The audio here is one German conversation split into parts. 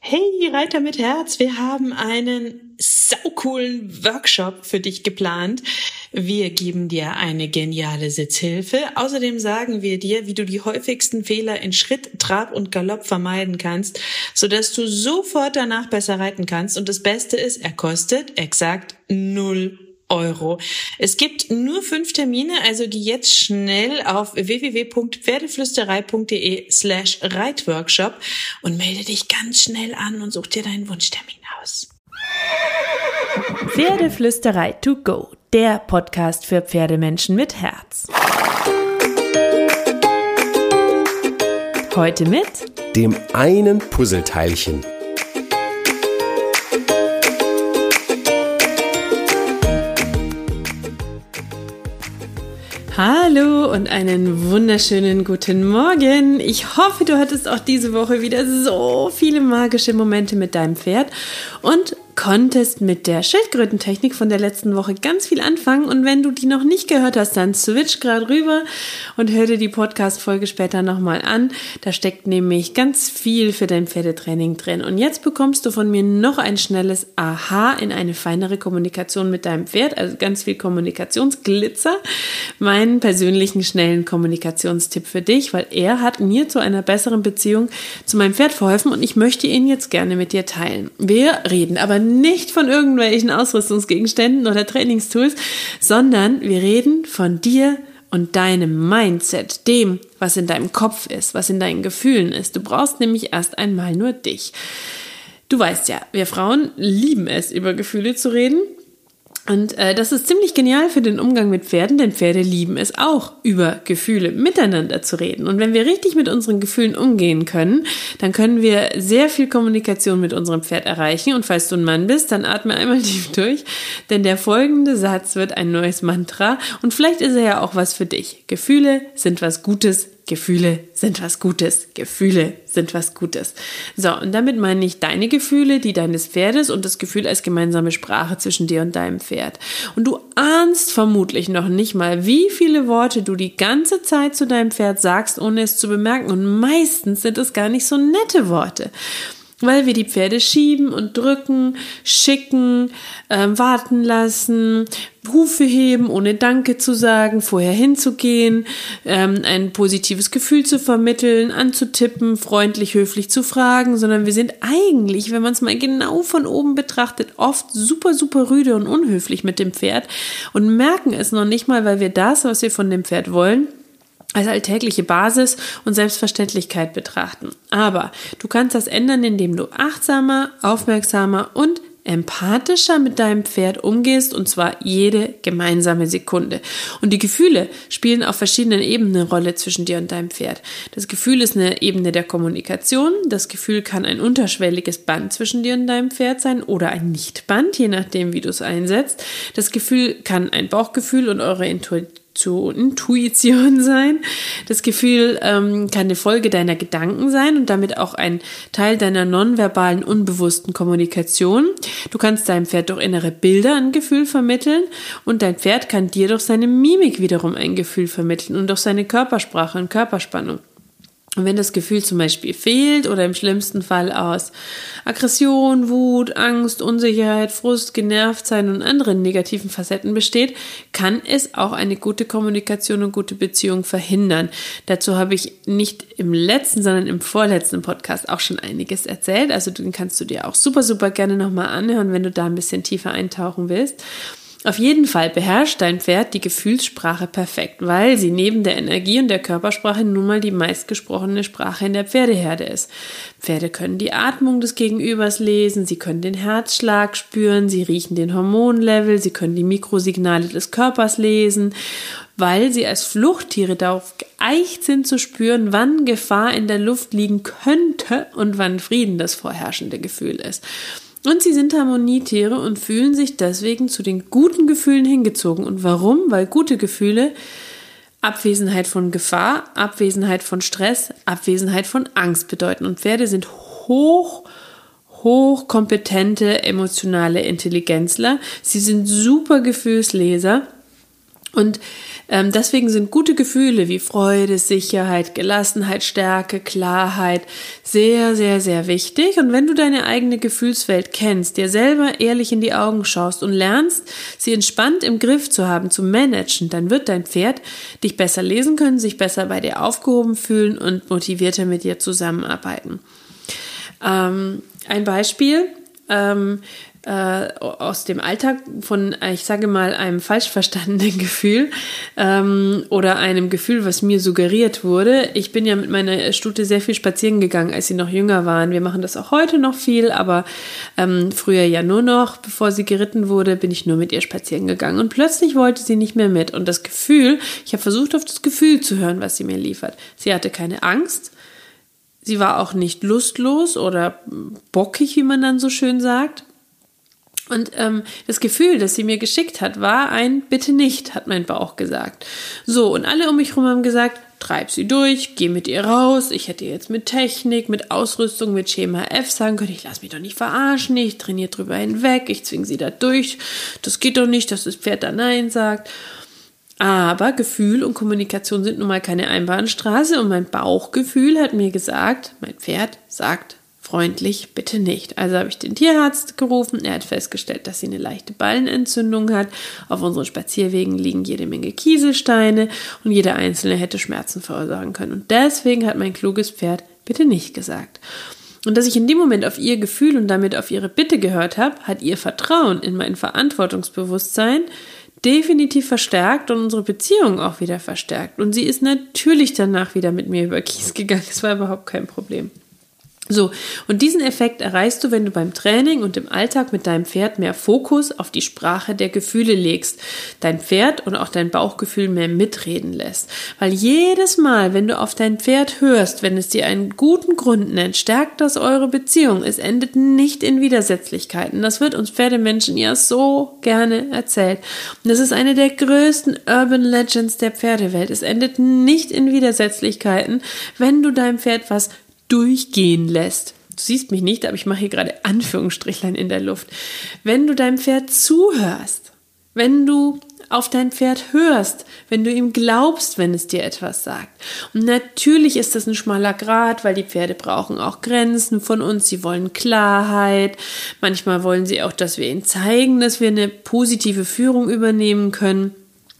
Hey Reiter mit Herz, wir haben einen saucoolen Workshop für dich geplant. Wir geben dir eine geniale Sitzhilfe. Außerdem sagen wir dir, wie du die häufigsten Fehler in Schritt, Trab und Galopp vermeiden kannst, sodass du sofort danach besser reiten kannst. Und das Beste ist, er kostet exakt 0 Euro. Es gibt nur 5 Termine, also geh jetzt schnell auf www.pferdeflüsterei.de/Reitworkshop und melde dich ganz schnell an und such dir deinen Wunschtermin aus. Pferdeflüsterei to go, der Podcast für Pferdemenschen mit Herz. Heute mit dem einen Puzzleteilchen. Hallo und einen wunderschönen guten Morgen. Ich hoffe, du hattest auch diese Woche wieder so viele magische Momente mit deinem Pferd und konntest mit der Schildkrötentechnik von der letzten Woche ganz viel anfangen. Und wenn du die noch nicht gehört hast, dann switch gerade rüber und hör dir die Podcast-Folge später nochmal an. Da steckt nämlich ganz viel für dein Pferdetraining drin. Und jetzt bekommst du von mir noch ein schnelles Aha in eine feinere Kommunikation mit deinem Pferd, also ganz viel Kommunikationsglitzer. Meinen persönlichen schnellen Kommunikationstipp für dich, weil er hat mir zu einer besseren Beziehung zu meinem Pferd verholfen und ich möchte ihn jetzt gerne mit dir teilen. Wir reden aber nicht von irgendwelchen Ausrüstungsgegenständen oder Trainingstools, sondern wir reden von dir und deinem Mindset, dem, was in deinem Kopf ist, was in deinen Gefühlen ist. Du brauchst nämlich erst einmal nur dich. Du weißt ja, wir Frauen lieben es, über Gefühle zu reden. Und das ist ziemlich genial für den Umgang mit Pferden, denn Pferde lieben es auch, über Gefühle miteinander zu reden. Und wenn wir richtig mit unseren Gefühlen umgehen können, dann können wir sehr viel Kommunikation mit unserem Pferd erreichen. Und falls du ein Mann bist, dann atme einmal tief durch, denn der folgende Satz wird ein neues Mantra und vielleicht ist er ja auch was für dich. Gefühle sind was Gutes. Gefühle sind was Gutes. Gefühle sind was Gutes. So, und damit meine ich deine Gefühle, die deines Pferdes und das Gefühl als gemeinsame Sprache zwischen dir und deinem Pferd. Und du ahnst vermutlich noch nicht mal, wie viele Worte du die ganze Zeit zu deinem Pferd sagst, ohne es zu bemerken. Und meistens sind es gar nicht so nette Worte. Weil wir die Pferde schieben und drücken, schicken, warten lassen, Hufe heben, ohne Danke zu sagen, vorher hinzugehen, ein positives Gefühl zu vermitteln, anzutippen, freundlich, höflich zu fragen, sondern wir sind eigentlich, wenn man es mal genau von oben betrachtet, oft super, super rüde und unhöflich mit dem Pferd und merken es noch nicht mal, weil wir das, was wir von dem Pferd wollen, als alltägliche Basis und Selbstverständlichkeit betrachten. Aber du kannst das ändern, indem du achtsamer, aufmerksamer und empathischer mit deinem Pferd umgehst, und zwar jede gemeinsame Sekunde. Und die Gefühle spielen auf verschiedenen Ebenen eine Rolle zwischen dir und deinem Pferd. Das Gefühl ist eine Ebene der Kommunikation. Das Gefühl kann ein unterschwelliges Band zwischen dir und deinem Pferd sein oder ein Nichtband, je nachdem, wie du es einsetzt. Das Gefühl kann ein Bauchgefühl und eure Intuition sein. Das Gefühl kann eine Folge deiner Gedanken sein und damit auch ein Teil deiner nonverbalen, unbewussten Kommunikation. Du kannst deinem Pferd durch innere Bilder ein Gefühl vermitteln und dein Pferd kann dir durch seine Mimik wiederum ein Gefühl vermitteln und durch seine Körpersprache und Körperspannung. Und wenn das Gefühl zum Beispiel fehlt oder im schlimmsten Fall aus Aggression, Wut, Angst, Unsicherheit, Frust, Genervtsein und anderen negativen Facetten besteht, kann es auch eine gute Kommunikation und gute Beziehung verhindern. Dazu habe ich nicht im letzten, sondern im vorletzten Podcast auch schon einiges erzählt. Also den kannst du dir auch super, super gerne nochmal anhören, wenn du da ein bisschen tiefer eintauchen willst. Auf jeden Fall beherrscht dein Pferd die Gefühlssprache perfekt, weil sie neben der Energie und der Körpersprache nun mal die meistgesprochene Sprache in der Pferdeherde ist. Pferde können die Atmung des Gegenübers lesen, sie können den Herzschlag spüren, sie riechen den Hormonlevel, sie können die Mikrosignale des Körpers lesen, weil sie als Fluchttiere darauf geeicht sind zu spüren, wann Gefahr in der Luft liegen könnte und wann Frieden das vorherrschende Gefühl ist. Und sie sind Harmonietiere und fühlen sich deswegen zu den guten Gefühlen hingezogen. Und warum? Weil gute Gefühle Abwesenheit von Gefahr, Abwesenheit von Stress, Abwesenheit von Angst bedeuten. Und Pferde sind hochkompetente emotionale Intelligenzler. Sie sind super Gefühlsleser. Und Deswegen sind gute Gefühle wie Freude, Sicherheit, Gelassenheit, Stärke, Klarheit sehr, sehr, sehr wichtig. Und wenn du deine eigene Gefühlswelt kennst, dir selber ehrlich in die Augen schaust und lernst, sie entspannt im Griff zu haben, zu managen, dann wird dein Pferd dich besser lesen können, sich besser bei dir aufgehoben fühlen und motivierter mit dir zusammenarbeiten. Ein Beispiel aus dem Alltag von, ich sage mal, einem falsch verstandenen Gefühl oder einem Gefühl, was mir suggeriert wurde. Ich bin ja mit meiner Stute sehr viel spazieren gegangen, als sie noch jünger waren. Wir machen das auch heute noch viel, aber früher ja nur noch, bevor sie geritten wurde, bin ich nur mit ihr spazieren gegangen. Und plötzlich wollte sie nicht mehr mit. Und das Gefühl, ich habe versucht, auf das Gefühl zu hören, was sie mir liefert. Sie hatte keine Angst. Sie war auch nicht lustlos oder bockig, wie man dann so schön sagt. Und das Gefühl, das sie mir geschickt hat, war ein Bitte nicht, hat mein Bauch gesagt. So, und alle um mich herum haben gesagt, treib sie durch, geh mit ihr raus. Ich hätte jetzt mit Technik, mit Ausrüstung, mit Schema F sagen können, ich lasse mich doch nicht verarschen, ich trainiere drüber hinweg, ich zwinge sie da durch. Das geht doch nicht, dass das Pferd da Nein sagt. Aber Gefühl und Kommunikation sind nun mal keine Einbahnstraße und mein Bauchgefühl hat mir gesagt, mein Pferd sagt freundlich, bitte nicht. Also habe ich den Tierarzt gerufen, er hat festgestellt, dass sie eine leichte Ballenentzündung hat. Auf unseren Spazierwegen liegen jede Menge Kieselsteine und jeder einzelne hätte Schmerzen verursachen können. Und deswegen hat mein kluges Pferd bitte nicht gesagt. Und dass ich in dem Moment auf ihr Gefühl und damit auf ihre Bitte gehört habe, hat ihr Vertrauen in mein Verantwortungsbewusstsein definitiv verstärkt und unsere Beziehung auch wieder verstärkt. Und sie ist natürlich danach wieder mit mir über Kies gegangen. Es war überhaupt kein Problem. So, und diesen Effekt erreichst du, wenn du beim Training und im Alltag mit deinem Pferd mehr Fokus auf die Sprache der Gefühle legst, dein Pferd und auch dein Bauchgefühl mehr mitreden lässt. Weil jedes Mal, wenn du auf dein Pferd hörst, wenn es dir einen guten Grund nennt, stärkt das eure Beziehung. Es endet nicht in Widersetzlichkeiten. Das wird uns Pferdemenschen ja so gerne erzählt. Und das ist eine der größten Urban Legends der Pferdewelt. Es endet nicht in Widersetzlichkeiten, wenn du deinem Pferd was durchgehen lässt. Du siehst mich nicht, aber ich mache hier gerade Anführungsstrichlein in der Luft. Wenn du deinem Pferd zuhörst, wenn du auf dein Pferd hörst, wenn du ihm glaubst, wenn es dir etwas sagt. Und natürlich ist das ein schmaler Grat, weil die Pferde brauchen auch Grenzen von uns. Sie wollen Klarheit. Manchmal wollen sie auch, dass wir ihnen zeigen, dass wir eine positive Führung übernehmen können.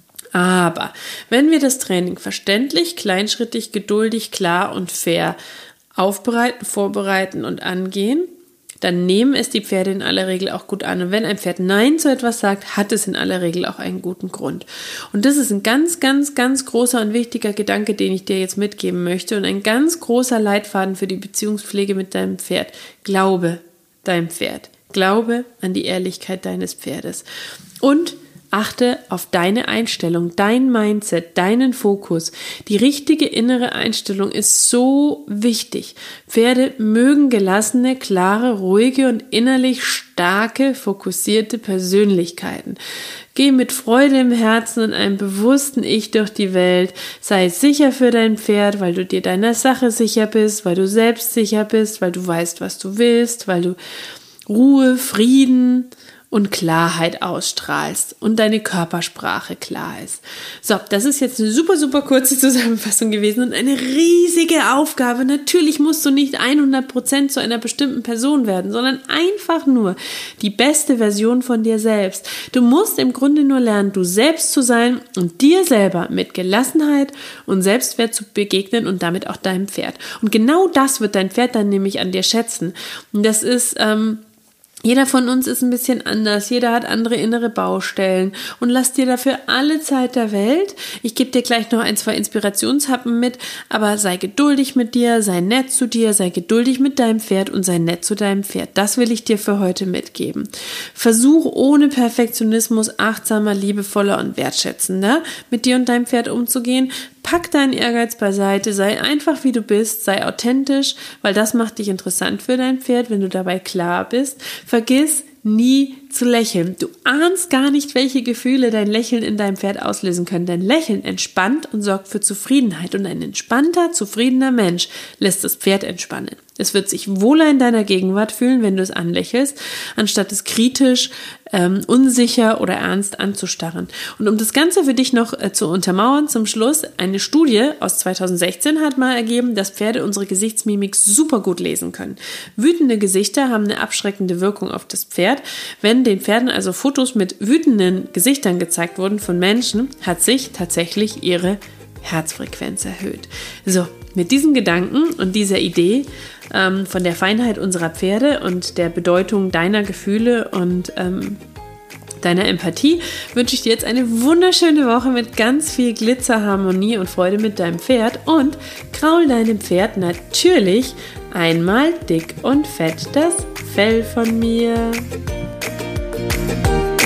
Aber wenn wir das Training verständlich, kleinschrittig, geduldig, klar und fair aufbereiten, vorbereiten und angehen, dann nehmen es die Pferde in aller Regel auch gut an. Und wenn ein Pferd Nein zu etwas sagt, hat es in aller Regel auch einen guten Grund. Und das ist ein ganz, ganz, ganz großer und wichtiger Gedanke, den ich dir jetzt mitgeben möchte und ein ganz großer Leitfaden für die Beziehungspflege mit deinem Pferd. Glaube deinem Pferd. Glaube an die Ehrlichkeit deines Pferdes. Und achte auf deine Einstellung, dein Mindset, deinen Fokus. Die richtige innere Einstellung ist so wichtig. Pferde mögen gelassene, klare, ruhige und innerlich starke, fokussierte Persönlichkeiten. Geh mit Freude im Herzen und einem bewussten Ich durch die Welt. Sei sicher für dein Pferd, weil du dir deiner Sache sicher bist, weil du selbstsicher bist, weil du weißt, was du willst, weil du Ruhe, Frieden und Klarheit ausstrahlst und deine Körpersprache klar ist. So, das ist jetzt eine super, super kurze Zusammenfassung gewesen und eine riesige Aufgabe. Natürlich musst du nicht 100% zu einer bestimmten Person werden, sondern einfach nur die beste Version von dir selbst. Du musst im Grunde nur lernen, du selbst zu sein und dir selber mit Gelassenheit und Selbstwert zu begegnen und damit auch deinem Pferd. Und genau das wird dein Pferd dann nämlich an dir schätzen. Und das ist jeder von uns ist ein bisschen anders, jeder hat andere innere Baustellen und lass dir dafür alle Zeit der Welt. Ich gebe dir gleich noch 1, 2 Inspirationshappen mit, aber sei geduldig mit dir, sei nett zu dir, sei geduldig mit deinem Pferd und sei nett zu deinem Pferd. Das will ich dir für heute mitgeben. Versuch ohne Perfektionismus achtsamer, liebevoller und wertschätzender mit dir und deinem Pferd umzugehen. Pack deinen Ehrgeiz beiseite, sei einfach wie du bist, sei authentisch, weil das macht dich interessant für dein Pferd, wenn du dabei klar bist. Vergiss nie zu lächeln. Du ahnst gar nicht, welche Gefühle dein Lächeln in deinem Pferd auslösen können. Dein Lächeln entspannt und sorgt für Zufriedenheit. Und ein entspannter, zufriedener Mensch lässt das Pferd entspannen. Es wird sich wohler in deiner Gegenwart fühlen, wenn du es anlächelst, anstatt es kritisch, unsicher oder ernst anzustarren. Und um das Ganze für dich noch zu untermauern, zum Schluss, eine Studie aus 2016 hat mal ergeben, dass Pferde unsere Gesichtsmimik super gut lesen können. Wütende Gesichter haben eine abschreckende Wirkung auf das Pferd. Wenn den Pferden also Fotos mit wütenden Gesichtern gezeigt wurden von Menschen, hat sich tatsächlich ihre Herzfrequenz erhöht. So, mit diesem Gedanken und dieser Idee von der Feinheit unserer Pferde und der Bedeutung deiner Gefühle und deiner Empathie wünsche ich dir jetzt eine wunderschöne Woche mit ganz viel Glitzer, Harmonie und Freude mit deinem Pferd und kraul deinem Pferd natürlich einmal dick und fett das Fell von mir.